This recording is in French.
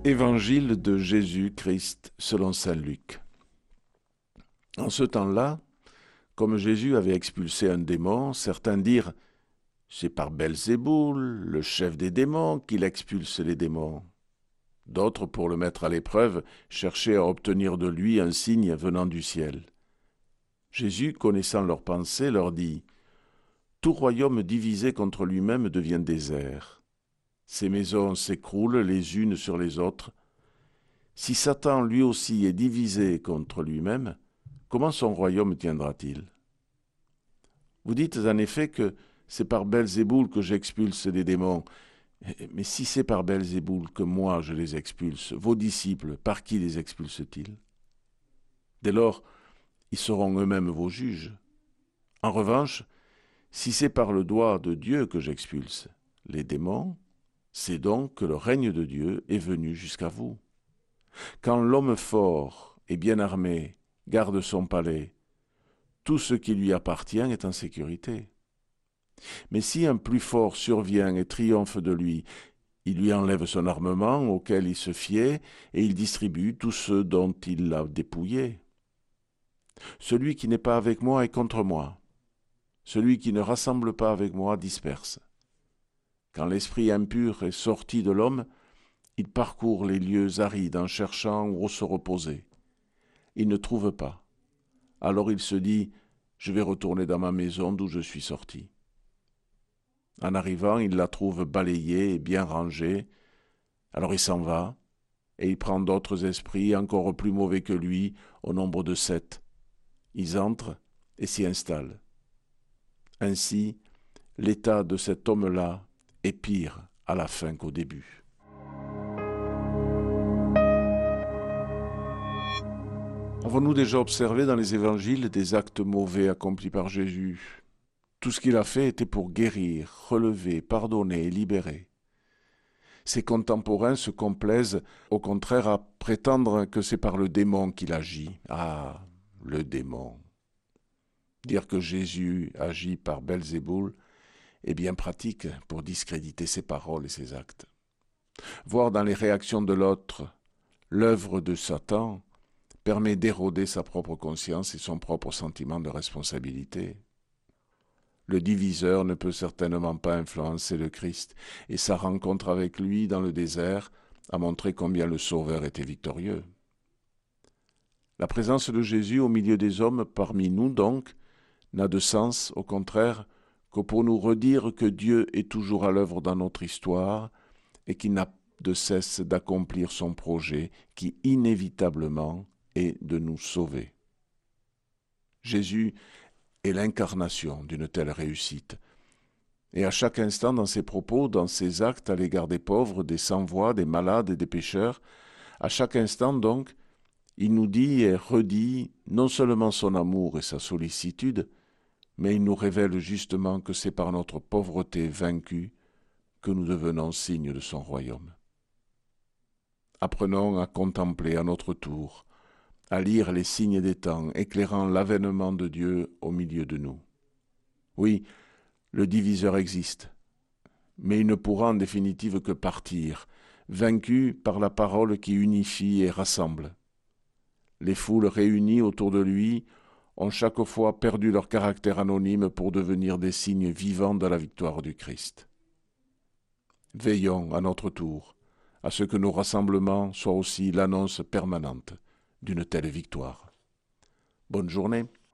Évangile de Jésus-Christ selon saint Luc. En ce temps-là, comme Jésus avait expulsé un démon, certains dirent « C'est par Belzéboul, le chef des démons, qu'il expulse les démons. » D'autres, pour le mettre à l'épreuve, cherchaient à obtenir de lui un signe venant du ciel. Jésus, connaissant leurs pensées, leur dit « Tout royaume divisé contre lui-même devient désert. Ces maisons s'écroulent les unes sur les autres. Si Satan lui aussi est divisé contre lui-même, comment son royaume tiendra-t-il? Vous dites en effet que c'est par Belzéboul que j'expulse les démons. Mais si c'est par Belzéboul que moi je les expulse, vos disciples, par qui les expulsent-ils? Dès lors, ils seront eux-mêmes vos juges. En revanche, si c'est par le doigt de Dieu que j'expulse les démons, c'est donc que le règne de Dieu est venu jusqu'à vous. Quand l'homme fort et bien armé garde son palais, tout ce qui lui appartient est en sécurité. Mais si un plus fort survient et triomphe de lui, il lui enlève son armement auquel il se fiait et il distribue tous ceux dont il l'a dépouillé. Celui qui n'est pas avec moi est contre moi. Celui qui ne rassemble pas avec moi disperse. Quand l'esprit impur est sorti de l'homme, il parcourt les lieux arides en cherchant où se reposer. Il ne trouve pas. Alors il se dit « Je vais retourner dans ma maison d'où je suis sorti ». En arrivant, il la trouve balayée et bien rangée. Alors il s'en va, et il prend d'autres esprits encore plus mauvais que lui, au nombre de 7. Ils entrent et s'y installent. Ainsi, l'état de cet homme-là est pire à la fin qu'au début. Avons-nous déjà observé dans les évangiles des actes mauvais accomplis par Jésus? Tout ce qu'il a fait était pour guérir, relever, pardonner et libérer. Ses contemporains se complaisent au contraire à prétendre que c'est par le démon qu'il agit. Ah, le démon! Dire que Jésus agit par Belzéboul est bien pratique pour discréditer ses paroles et ses actes. Voir dans les réactions de l'autre l'œuvre de Satan permet d'éroder sa propre conscience et son propre sentiment de responsabilité. Le diviseur ne peut certainement pas influencer le Christ, et sa rencontre avec lui dans le désert a montré combien le Sauveur était victorieux. La présence de Jésus au milieu des hommes, parmi nous donc, n'a de sens, au contraire, que pour nous redire que Dieu est toujours à l'œuvre dans notre histoire et qu'il n'a de cesse d'accomplir son projet qui, inévitablement, est de nous sauver. Jésus est l'incarnation d'une telle réussite. Et à chaque instant dans ses propos, dans ses actes à l'égard des pauvres, des sans-voix, des malades et des pécheurs, à chaque instant donc, il nous dit et redit non seulement son amour et sa sollicitude, mais il nous révèle justement que c'est par notre pauvreté vaincue que nous devenons signes de son royaume. Apprenons à contempler à notre tour, à lire les signes des temps, éclairant l'avènement de Dieu au milieu de nous. Oui, le diviseur existe, mais il ne pourra en définitive que partir, vaincu par la parole qui unifie et rassemble. Les foules réunies autour de lui ont chaque fois perdu leur caractère anonyme pour devenir des signes vivants de la victoire du Christ. Veillons à notre tour à ce que nos rassemblements soient aussi l'annonce permanente d'une telle victoire. Bonne journée.